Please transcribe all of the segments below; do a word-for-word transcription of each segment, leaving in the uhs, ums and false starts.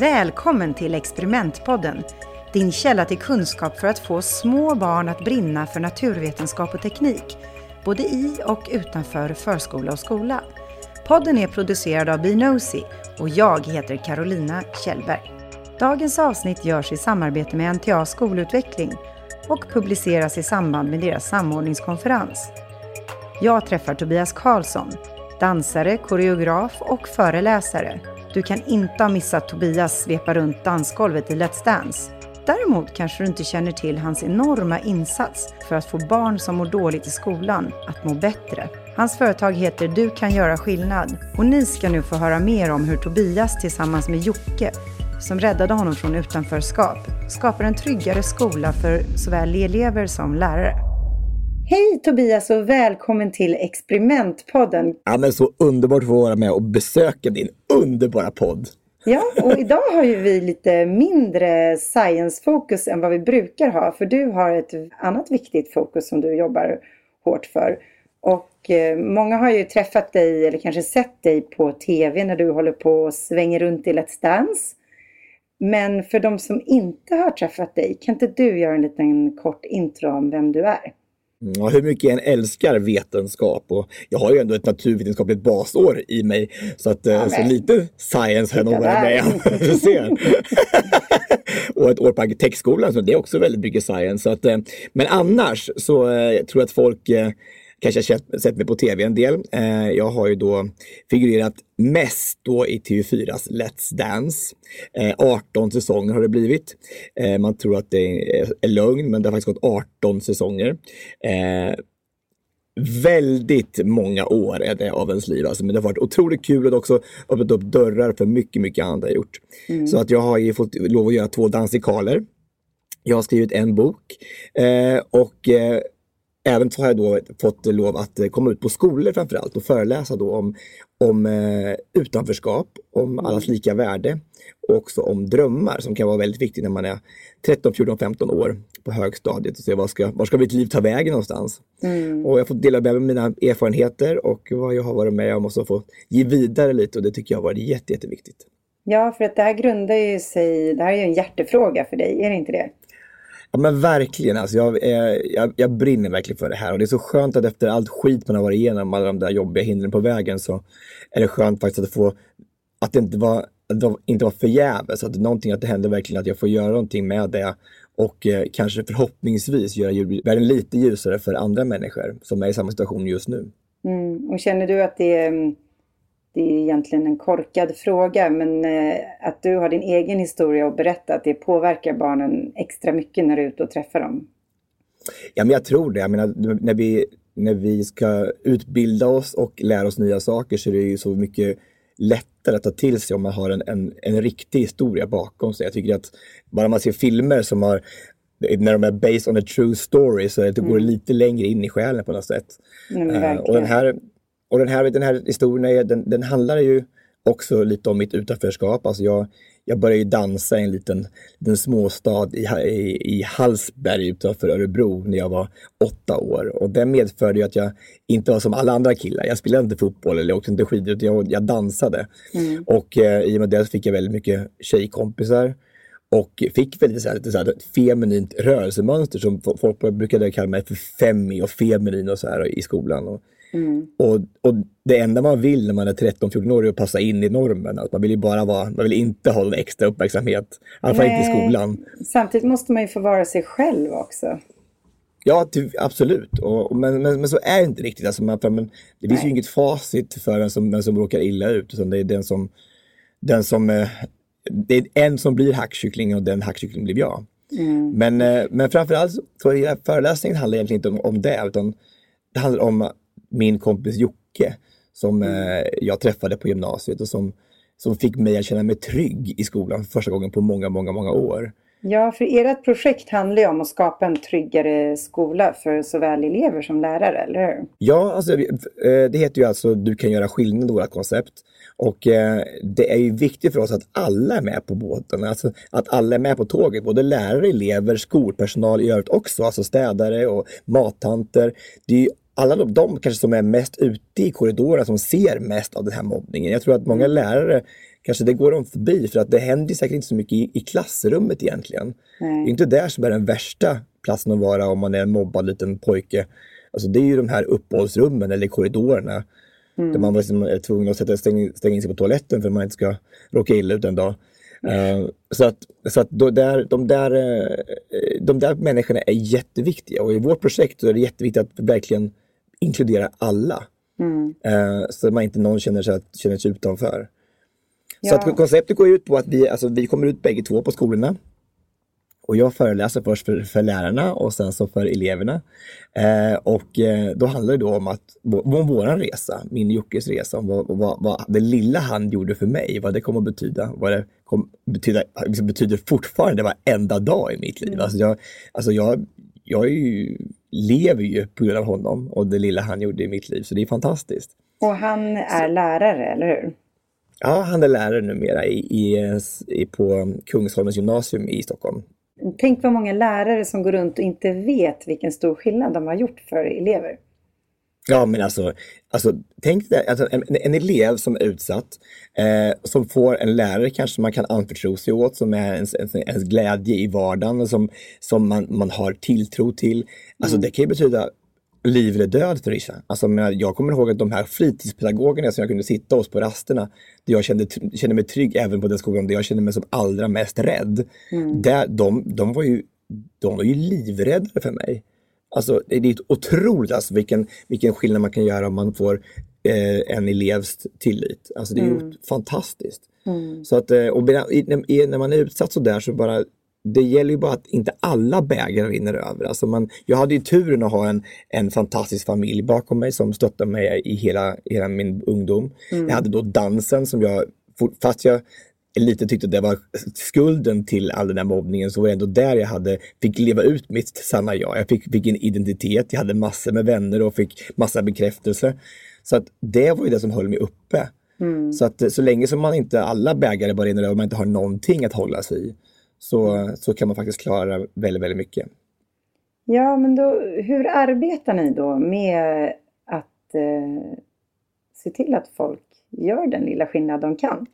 Välkommen till Experimentpodden, din källa till kunskap för att få små barn att brinna för naturvetenskap och teknik, både i och utanför förskola och skola. Podden är producerad av Binosi och jag heter Carolina Kjellberg. Dagens avsnitt görs i samarbete med N T A skolutveckling och publiceras i samband med deras samordningskonferens. Jag träffar Tobias Karlsson, dansare, koreograf och föreläsare. Du kan inte ha missat Tobias svepa runt dansgolvet i Let's Dance. Däremot kanske du inte känner till hans enorma insats för att få barn som mår dåligt i skolan att må bättre. Hans företag heter Du kan göra skillnad och ni ska nu få höra mer om hur Tobias tillsammans med Jocke, som räddade honom från utanförskap, skapar en tryggare skola för såväl elever som lärare. Hej Tobias och välkommen till Experimentpodden. Ja, men så underbart att få vara med och besöka din underbara podd. Ja, och idag har ju vi lite mindre science-fokus än vad vi brukar ha. För du har ett annat viktigt fokus som du jobbar hårt för. Och eh, många har ju träffat dig eller kanske sett dig på tv när du håller på och svänger runt i Let's Dance. Men för de som inte har träffat dig, kan inte du göra en liten kort intro om vem du är? Ja, hur mycket jag än älskar vetenskap, och jag har ju ändå ett naturvetenskapligt basår i mig, så att ja, så lite science har jag nog varit med. Och ett år på arkitektskolan, så det är också väldigt mycket science. Så att, men annars så jag tror jag att folk kanske har sett mig på tv en del. Jag har ju då figurerat mest då i T V fyras Let's Dance. arton säsonger har det blivit. Man tror att det är lögn, men det har faktiskt gått arton säsonger. Väldigt många år är det av ens liv. Alltså, men det har varit otroligt kul och också öppnat upp dörrar för mycket, mycket annat jag har gjort. Mm. Så att jag har ju fått lov att göra två dansikaler. Jag har skrivit en bok. Och även så har jag då fått lov att komma ut på skolor framförallt och föreläsa då om, om eh, utanförskap, om allas lika värde och också om drömmar som kan vara väldigt viktigt när man är tretton, fjorton, femton år på högstadiet och se vad ska, var ska mitt liv ta vägen någonstans. Mm. Och jag har fått dela med mig mina erfarenheter och vad jag har varit med om och så få ge vidare lite, och det tycker jag har varit jätte, jätteviktigt. Ja, för att det här grundar ju sig, det här är ju en hjärtefråga för dig, är det inte det? Ja, men verkligen, alltså jag, jag, jag brinner verkligen för det här, och det är så skönt att efter allt skit man har varit igenom, alla de där jobbiga hindren på vägen, så är det skönt faktiskt att få, att det inte var, att det inte var förgäves, att det, någonting, att det händer verkligen att jag får göra någonting med det och eh, kanske förhoppningsvis göra världen lite ljusare för andra människor som är i samma situation just nu. Mm. Och känner du att det är, det är egentligen en korkad fråga, men eh, att du har din egen historia att berätta, att det påverkar barnen extra mycket när du är ute och träffar dem? Ja, men jag tror det. Jag menar, när vi, när vi ska utbilda oss och lära oss nya saker, så är det ju så mycket lättare att ta till sig om man har en, en, en riktig historia bakom sig. Jag tycker att bara man ser filmer som har, när de är based on a true story, så det går mm. lite längre in i själen på något sätt. Mm, uh, och den här Och den här, den här historien, den, den handlar ju också lite om mitt utanförskap. Alltså jag, jag började ju dansa i en liten, liten småstad i, i, i Hallsberg utanför Örebro när jag var åtta år. Och det medförde ju att jag inte var som alla andra killar. Jag spelade inte fotboll eller åkte inte skidor, utan jag, jag dansade. Mm. Och eh, i och med det fick jag väldigt mycket tjejkompisar. Och fick väldigt så här, lite så här feminint rörelsemönster som folk brukade kalla mig för femi och feminin och så här i skolan. Och, Mm. Och, och det enda man vill när man är tretton fjorton år är att passa in i normen. Att man vill ju bara vara, man vill inte ha en extra uppmärksamhet. I alla fall inte i skolan. Samtidigt måste man ju få vara sig själv också. Ja, ty, absolut. Och, och, men, men, men så är det inte riktigt. Alltså man, men det finns Nej. ju inget facit för vem som, vem som råkar illa ut. Utan det är den som, den som eh, det är en som blir hackkyckling och den hackkyckling blir jag. Mm. Men, eh, men framförallt så föreläsningen handlar egentligen inte om, om det. Utan det handlar om min kompis Jocke som eh, jag träffade på gymnasiet och som, som fick mig att känna mig trygg i skolan för första gången på många, många, många år. Ja, för ert projekt handlar ju om att skapa en tryggare skola för såväl elever som lärare, eller hur? Ja, alltså, det heter ju alltså Du kan göra skillnad, vårt koncept. Och eh, det är ju viktigt för oss att alla är med på båten, alltså att alla är med på tåget, både lärare, elever, skolpersonal i övrigt också, alltså städare och mattanter. Det är ju alla de, de kanske som är mest ute i korridorerna som ser mest av den här mobbningen. Jag tror att många lärare, kanske det går de förbi för att det händer säkert inte så mycket i, i klassrummet egentligen. Nej. Det är inte där som är den värsta platsen att vara om man är en mobbad liten pojke. Alltså det är ju de här uppehållsrummen eller korridorerna. Mm. Där man liksom är tvungen att sätta, stänga, stänga in sig på toaletten för att man inte ska råka illa ut en dag. Uh, så att, så att då där, de, där, de där människorna är jätteviktiga. Och i vårt projekt så är det jätteviktigt att verkligen inkludera alla. Mm. Uh, så att man inte någon känner sig, känner sig utanför. Ja. Så att konceptet går ut på att vi, alltså, vi kommer ut bägge två på skolorna. Och jag föreläser först för, för lärarna och sen så för eleverna. Eh, och eh, då handlar det då om, att, om våran resa, min Jockes resa, om vad, vad, vad det lilla han gjorde för mig, vad det kommer att betyda. Vad det kommer betyda, liksom betyder fortfarande varenda dag i mitt liv. Mm. Alltså, jag, alltså jag, jag är ju, lever ju på grund av honom och det lilla han gjorde i mitt liv. Så det är fantastiskt. Och han är så, lärare, eller hur? Ja, han är lärare numera i, i, i, på Kungsholmens gymnasium i Stockholm. Tänk vad många lärare som går runt och inte vet vilken stor skillnad de har gjort för elever. Ja, men alltså, alltså tänk dig, alltså, en, en elev som är utsatt, eh, som får en lärare kanske man kan anförtro sig åt, som är ens, ens, ens glädje i vardagen och som, som man, man har tilltro till. Alltså mm. det kan ju betyda liv eller död för vissa. Alltså, jag kommer ihåg att de här fritidspedagogerna som jag kunde sitta hos på rasterna, där jag kände, kände mig trygg även på den skolan där jag kände mig som allra mest rädd. Mm. Där, de, de, var ju, de var ju livräddare för mig. Alltså, det är otroligt alltså, vilken, vilken skillnad man kan göra om man får eh, en elevs tillit. Alltså, det är mm. ju fantastiskt. Mm. Så att, och när man är utsatt så där så bara det gäller ju bara att inte alla bägare rinner över. Alltså man, jag hade ju turen att ha en, en fantastisk familj bakom mig som stöttade mig i hela, hela min ungdom. Mm. Jag hade då dansen som jag, fast jag lite tyckte att det var skulden till all den här mobbningen, så var det ändå där jag hade, fick leva ut mitt sanna jag. Jag fick, fick en identitet, jag hade massor med vänner och fick massa bekräftelse. Så att det var ju det som höll mig uppe. Mm. Så att så länge som man inte, alla bägare bara rinner över och man inte har någonting att hålla sig i, Så, så kan man faktiskt klara väldigt, väldigt mycket. Ja, men då, hur arbetar ni då med att eh, se till att folk gör den lilla skillnad de kan?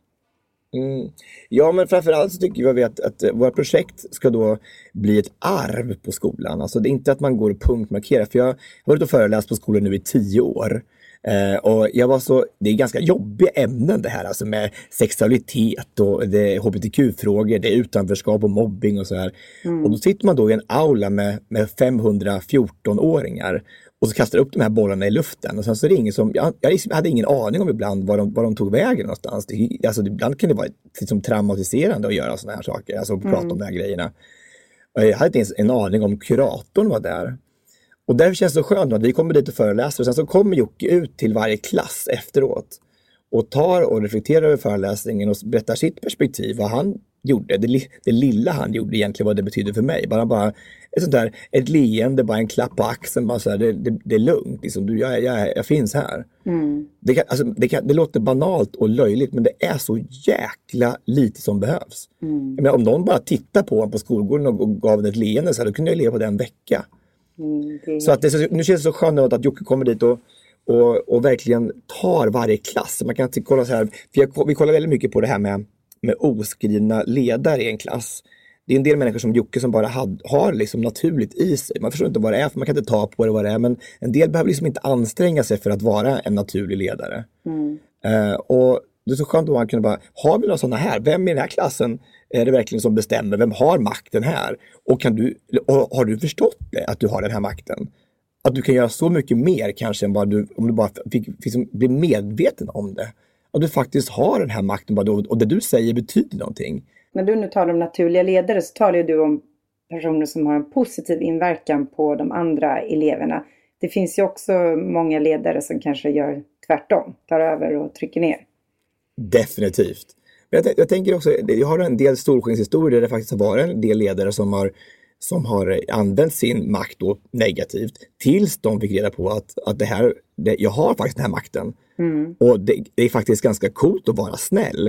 Mm. Ja, men framförallt så tycker jag att, att våra projekt ska då bli ett arv på skolan. Alltså det är inte att man går och punktmarkerar. För jag har varit och föreläst på skolan nu i tio år. Uh, och jag var så, det är ganska jobbiga ämnen det här, alltså med sexualitet och det är H B T Q-frågor, det är utanförskap och mobbing och så här. Mm. Och då sitter man då i en aula med, med femhundrafjorton-åringar och så kastar upp de här bollarna i luften och sen så är det ingen som, jag, jag hade ingen aning om ibland var de, var de tog vägen någonstans. Det, alltså ibland kan det vara liksom traumatiserande att göra såna här saker, alltså att prata mm. om de här grejerna. Och jag hade inte ens en aning om kuratorn var där. Och därför känns det så skönt att vi kommer dit och föreläser och sen så kommer Jocke ut till varje klass efteråt och tar och reflekterar över föreläsningen och berättar sitt perspektiv, vad han gjorde, det, det lilla han gjorde egentligen, vad det betyder för mig. Bara, bara ett sånt där, ett leende, bara en klapp på axeln, bara så här, det, det, det är lugnt, liksom, du, jag, jag, jag finns här. Mm. Det, kan, alltså, det, kan, det låter banalt och löjligt, men det är så jäkla lite som behövs. Mm. Men om någon bara tittar på honom på skolgården och, och gav ett leende, så här, då kunde jag leva på det en vecka. Mm, det... Så att det, nu känns det så skönt att Jocke kommer dit och, och, och verkligen tar varje klass. Man kan inte kolla så här, för jag, vi kollar väldigt mycket på det här med, med oskrivna ledare i en klass. Det är en del människor som Jocke som bara had, har liksom naturligt i sig. Man förstår inte vad det är, för man kan inte ta på det vad det är. Men en del behöver liksom inte anstränga sig för att vara en naturlig ledare. Mm. Uh, och det är så skönt att man kunde bara, har vi några sådana här? Vem i den här klassen är det verkligen som bestämmer? Vem har makten här? Och, kan du, och har du förstått det, att du har den här makten? Att du kan göra så mycket mer kanske än bara du, om du bara fick, fick bli medveten om det. Att du faktiskt har den här makten bara då, och det du säger betyder någonting. När du nu talar om naturliga ledare så talar du om personer som har en positiv inverkan på de andra eleverna. Det finns ju också många ledare som kanske gör tvärtom, tar över och trycker ner. Definitivt. Men jag, jag tänker också, jag har en del storskenshistorier där det faktiskt har varit en del ledare som har, som har använt sin makt då negativt tills de fick reda på att, att det här, det, jag har faktiskt den här makten. Mm. Och det, det är faktiskt ganska coolt att vara snäll.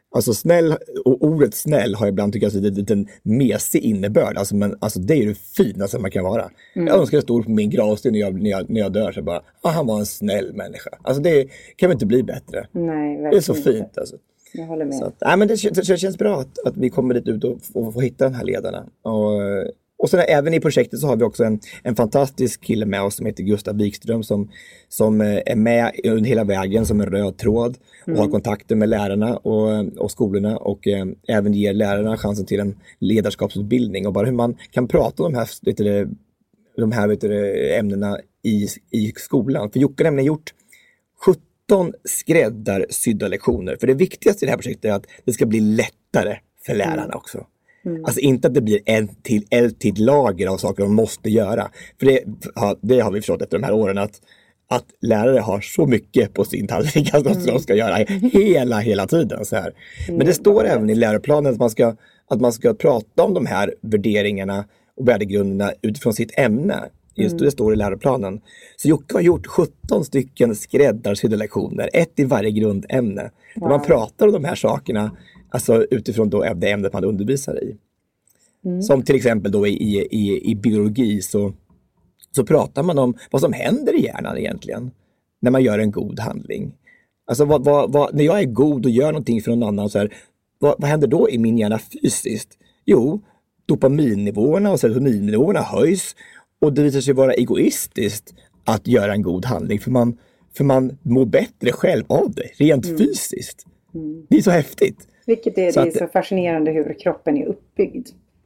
Alltså snäll, och ordet snäll har ibland tycker jag en liten mesig innebörd. Alltså, men alltså, det är ju det finaste man kan vara. Mm. Jag önskar det stod på min gravsten när jag, när jag, när jag dör. Så bara, ah, han var en snäll människa. Alltså det kan väl inte bli bättre. Nej, det är så fint alltså. Jag håller med. Så att, nej, men det, det känns bra att, att vi kommer dit ut och får, får hitta den här ledarna. Och, och sen även i projektet så har vi också en, en fantastisk kille med oss som heter Gustav Wikström som, som är med under hela vägen som en röd tråd och mm. har kontakter med lärarna och, och skolorna och eh, även ger lärarna chansen till en ledarskapsutbildning och bara hur man kan prata om de här, vet du, de här vet du, ämnena i, i skolan. För Jocke har nämligen gjort sjutton skräddarsydda lektioner. För det viktigaste i det här projektet är att det ska bli lättare för lärarna mm. också. Mm. Alltså inte att det blir en till, en till lager av saker de måste göra. För det, det har vi förstått efter de här åren att, att lärare har så mycket på sin tallrik att mm. de ska göra hela, hela tiden. Så här. Men det står mm. även i läroplanen att man, ska, att man ska prata om de här värderingarna och värdegrunderna utifrån sitt ämne. Just mm. det står i läroplanen. Så Jocke har gjort sjutton stycken skräddarsydda lektioner. Ett i varje grundämne. Wow. Där man pratar om de här sakerna alltså utifrån då det ämnet man undervisar i. Mm. Som till exempel då i, i, i biologi så, så pratar man om vad som händer i hjärnan egentligen. När man gör en god handling. Alltså vad, vad, vad, när jag är god och gör någonting för någon annan så här, vad, vad händer då i min hjärna fysiskt? Jo, dopaminnivåerna och serotoninnivåerna höjs. Och det visar sig vara egoistiskt att göra en god handling. För man, för man mår bättre själv av det. Rent mm. fysiskt. Mm. Det är så häftigt. Vilket är, så det är att, så fascinerande hur kroppen är uppbyggd.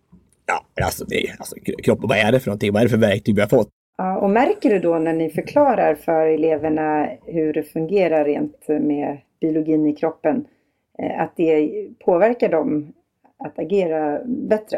Ja, alltså, det är, alltså kroppen, vad är det för någonting? Vad är det för verktyg vi har fått? Ja, och märker du då när ni förklarar för eleverna hur det fungerar rent med biologin i kroppen. Att det påverkar dem att agera bättre?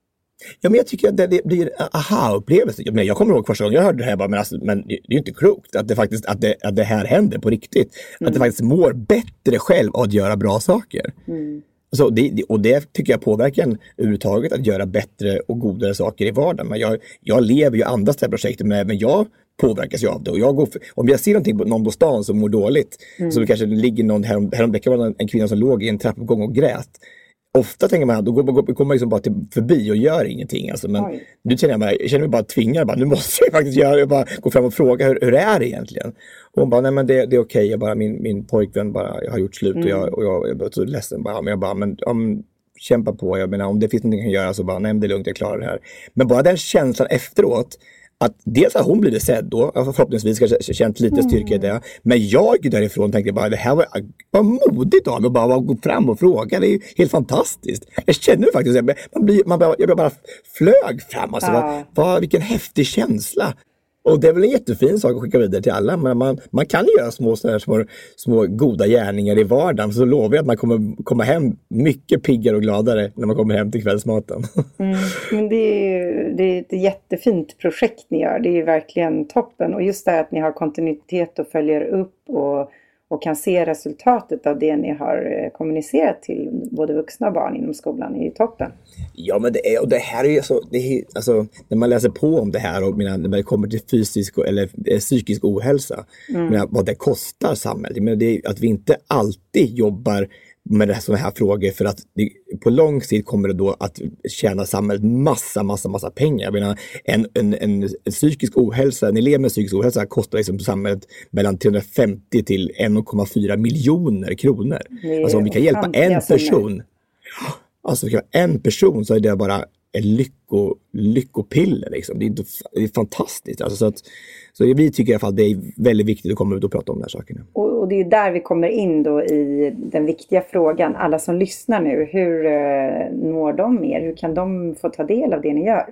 Ja, men jag tycker att det, det blir en aha-upplevelse. Jag, jag kommer ihåg första gången jag hörde det här, bara, men, alltså, men det är ju inte klokt att det faktiskt att det, att det här händer på riktigt. Mm. Att det faktiskt mår bättre själv av att göra bra saker. Mm. Så det, och det tycker jag påverkar en överhuvudtaget att göra bättre och godare saker i vardagen. Men jag, jag lever ju andas det här projektet, men även jag påverkas ju av det. Och jag går för, om jag ser någonting på någon på stan som mår dåligt, mm. så kanske det ligger någon, härom, häromveckan var det en kvinna som låg i en trappuppgång och grät. Ofta tänker man att då går man, går man liksom bara till, förbi och gör ingenting. Alltså. Men Oj. nu känner jag, bara, jag känner mig bara tvingad. Bara, nu måste jag faktiskt göra jag bara gå fram och fråga hur, hur det är egentligen. Och hon bara, nej men det, det är okej. Jag bara, min, min pojkvän bara, jag har gjort slut mm. och, jag, och jag, jag är så ledsen. Bara, men jag bara, men om, kämpa på. Jag menar, om det finns någonting jag kan göra så bara, nej men det är lugnt, jag klarar det här. Men bara den känslan efteråt. Att dels har hon blivit sedd då, förhoppningsvis ska jag känt lite styrka i det. Men jag därifrån tänkte bara, det här var, var modigt av mig att bara gå fram och fråga. Det är helt fantastiskt. Jag känner faktiskt, man blir, man bara, jag bara flög fram. Alltså, ja. vad, vad, vilken häftig känsla. Och det är väl en jättefin sak att skicka vidare till alla. Men man, man kan göra små, sådär, små, små goda gärningar i vardagen. Så lovar jag att man kommer komma hem mycket piggare och gladare när man kommer hem till kvällsmaten. Mm, men det är, det är ett jättefint projekt ni gör. Det är verkligen toppen. Och just det att ni har kontinuitet och följer upp och, och kan se resultatet av det ni har kommunicerat till både vuxna och barn inom skolan är ju toppen. Ja, men det är, och det här är ju så, det är, alltså, när man läser på om det här och när det kommer till fysisk eller eh, psykisk ohälsa, mm. men vad det kostar samhället, men det är att vi inte alltid jobbar med sådana här frågor för att det, på lång sikt kommer det då att tjäna samhället massa, massa, massa pengar. Jag menar, en, en, en, en psykisk ohälsa, en elev med psykisk ohälsa kostar liksom samhället mellan trehundrafemtio till en komma fyra miljoner kronor. Alltså om vi kan hjälpa en person, alltså en person så är det bara en lycko, lyckopiller liksom. Det är, inte, det är fantastiskt. Alltså, så att, så vi tycker i alla fall att det är väldigt viktigt att komma ut och prata om de här sakerna. Och, och det är där vi kommer in då i den viktiga frågan. Alla som lyssnar nu, hur eh, når de er? Hur kan de få ta del av det ni gör?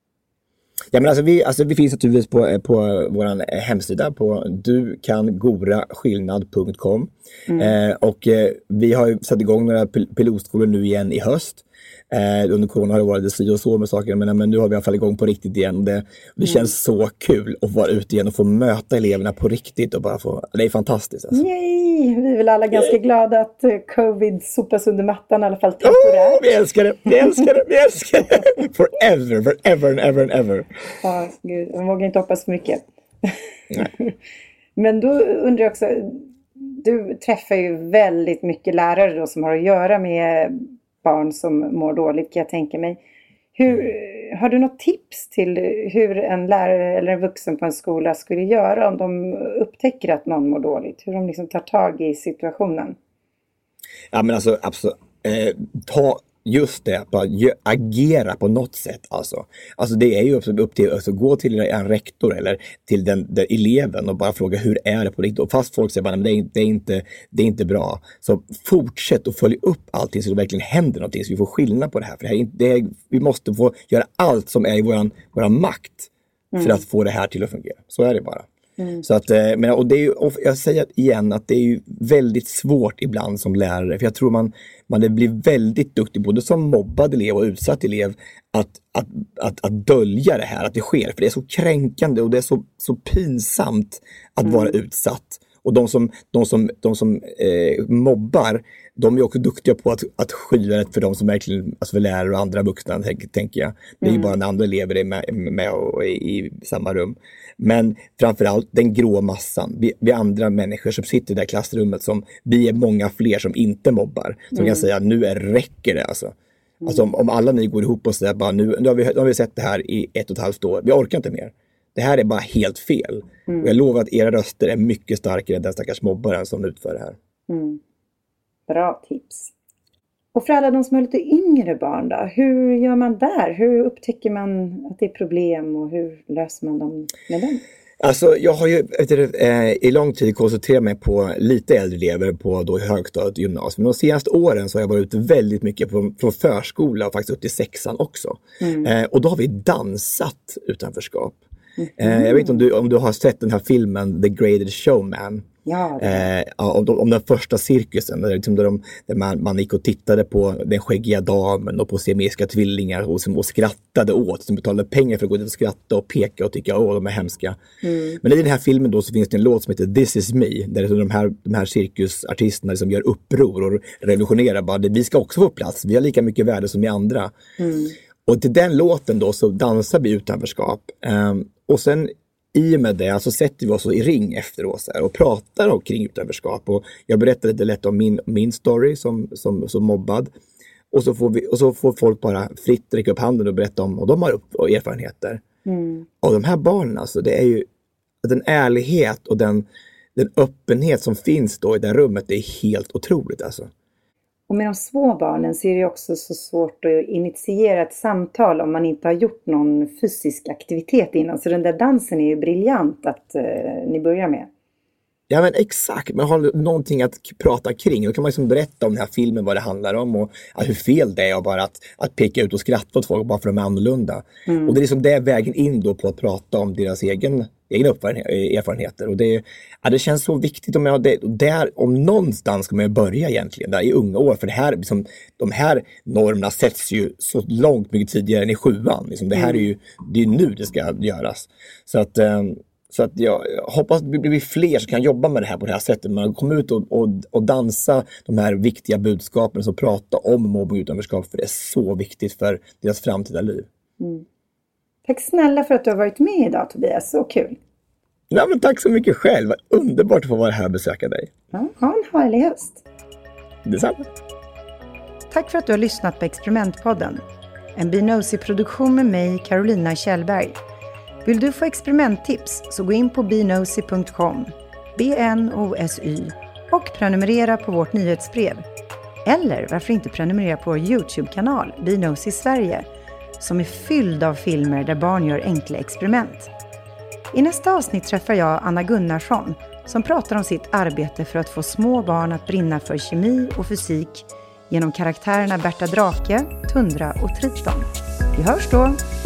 Ja, men alltså vi, alltså vi finns naturligtvis på, på vår hemsida på du kan gora skillnad punkt com. Mm. Eh, och eh, vi har satt igång några pil- pilotskolor nu igen i höst. Eh, under corona har det varit det si och så med saker, men, men nu har vi i alla fall igång på riktigt igen. Det, det mm. känns så kul att vara ute igen och få möta eleverna på riktigt och bara få, det är fantastiskt. Alltså. Yay! Vi är väl alla ganska Yay. glada att covid sopas under mattan i alla fall temporärt. Oh, vi älskar det, vi älskar det, vi älskar det. Forever, forever and ever and ever. Ja, gud, man vågar inte hoppas för mycket. Nej. Men då undrar jag också, du träffar ju väldigt mycket lärare då som har att göra med barn som mår dåligt, kan jag tänka mig. Hur, har du något tips till hur en lärare eller en vuxen på en skola skulle göra om de upptäcker att någon mår dåligt? Hur de liksom tar tag i situationen? Ja, men alltså, absolut. Eh, ta just det, bara agera på något sätt. Alltså, alltså det är ju upp till alltså, gå till en rektor eller till den, den eleven och bara fråga hur är det på riktigt. Och fast folk säger att det, det, är inte, det är inte bra. Så fortsätt att följa upp allting så det verkligen händer någonting. Så vi får skillnad på det här. För det här, det är, vi måste få göra allt som är i våran, våran makt för mm. att få det här till att fungera. Så är det bara. Mm. Så att, men, och det är ju, jag säger igen att det är ju väldigt svårt ibland som lärare, för jag tror man, man blir väldigt duktig både som mobbad elev och utsatt elev att, att, att, att dölja det här, att det sker, för det är så kränkande och det är så, så pinsamt att mm. vara utsatt. Och de som, de som, de som eh, mobbar, de är också duktiga på att, att skyla det för de som verkligen, alltså för lärare och andra vuxna, tänker, tänker jag. Det är mm. ju bara när andra elever är med, med och i, i samma rum. Men framförallt den grå massan, vi, vi andra människor som sitter i det där klassrummet, som vi är många fler som inte mobbar. Som mm. kan säga, nu är, räcker det alltså. Mm. Alltså om, om alla ni går ihop och säger bara, nu, nu, har vi, nu har vi sett det här i ett och ett halvt år, vi orkar inte mer. Det här är bara helt fel. Mm. Och jag lovar att era röster är mycket starkare än den stackars mobbaren som utför det här. Mm. Bra tips. Och för alla de som har lite yngre barn då, hur gör man där? Hur upptäcker man att det är problem och hur löser man dem med dem? Alltså jag har ju efter, eh, i lång tid koncentrerat mig på lite äldre elever på då högstadiet och gymnasium. Men de senaste åren så har jag varit ute väldigt mycket från, från förskola och faktiskt upp till sexan också. Mm. Eh, och då har vi dansat utanförskap. Mm. Eh, jag vet inte om du, om du har sett den här filmen The Greatest Showman. Ja, eh, om, om den första cirkusen där, liksom där, de, där man, man gick och tittade på den skäggiga damen och på siamesiska tvillingar och, och skrattade åt, som betalade pengar för att gå dit och skratta och peka och tycka åh de är hemska. Mm. Men i den här filmen då så finns det en låt som heter This is me, där det är de här, de här cirkusartisterna som gör uppror och revolutionerar bara, vi ska också få plats, vi har lika mycket värde som i andra. Mm. Och till den låten då så dansar vi utanförskap. Um, och sen i och med det så sätter vi oss i ring efteråt så här, och pratar om kring utanförskap. Och jag berättade lite lätt om min, min story som, som, som mobbad. Och så, får vi, och så får folk bara fritt räcka upp handen och berätta om, och de har upp, och erfarenheter. Mm. Och de här barnen alltså, det är ju den ärlighet och den, den öppenhet som finns då i det rummet, det är helt otroligt alltså. Och med de små barnen så är det också så svårt att initiera ett samtal om man inte har gjort någon fysisk aktivitet innan. Så den där dansen är ju briljant att eh, ni börjar med. Ja men exakt, man har någonting att prata kring. Då kan man liksom berätta om den här filmen, vad det handlar om och ja, hur fel det är bara att, att peka ut och skratta åt folk bara för att de är annorlunda. Mm. Och det är liksom det vägen in då på att prata om deras egen, egna erfarenheter. Och det, ja, det känns så viktigt. Om, jag, det, där, om någonstans ska man börja egentligen, där i unga år. För det här, liksom, de här normerna sätts ju så långt mycket tidigare än i sjuan. Liksom, det här är ju det är nu det ska göras. Så att... Så att jag hoppas att det blir fler som kan jobba med det här på det här sättet. Man kommer ut och, och, och dansa de här viktiga budskapen och prata om mobbning och utanförskap, för det är så viktigt för deras framtida liv. Mm. Tack snälla för att du har varit med idag, Tobias. Så kul. Ja, men tack så mycket själv. Underbart att få vara här och besöka dig. Ja, ha en härlig höst. Detsamma. Tack för att du har lyssnat på Experimentpodden. En Binosi-produktion med mig, Carolina Kjellberg. Vill du få experimenttips så gå in på binosi punkt com, B N O S Y, och prenumerera på vårt nyhetsbrev. Eller varför inte prenumerera på vår YouTube-kanal Binosi Sverige, som är fylld av filmer där barn gör enkla experiment. I nästa avsnitt träffar jag Anna Gunnarsson som pratar om sitt arbete för att få små barn att brinna för kemi och fysik genom karaktärerna Berta Drake, Tundra och Triton. Vi hörs då!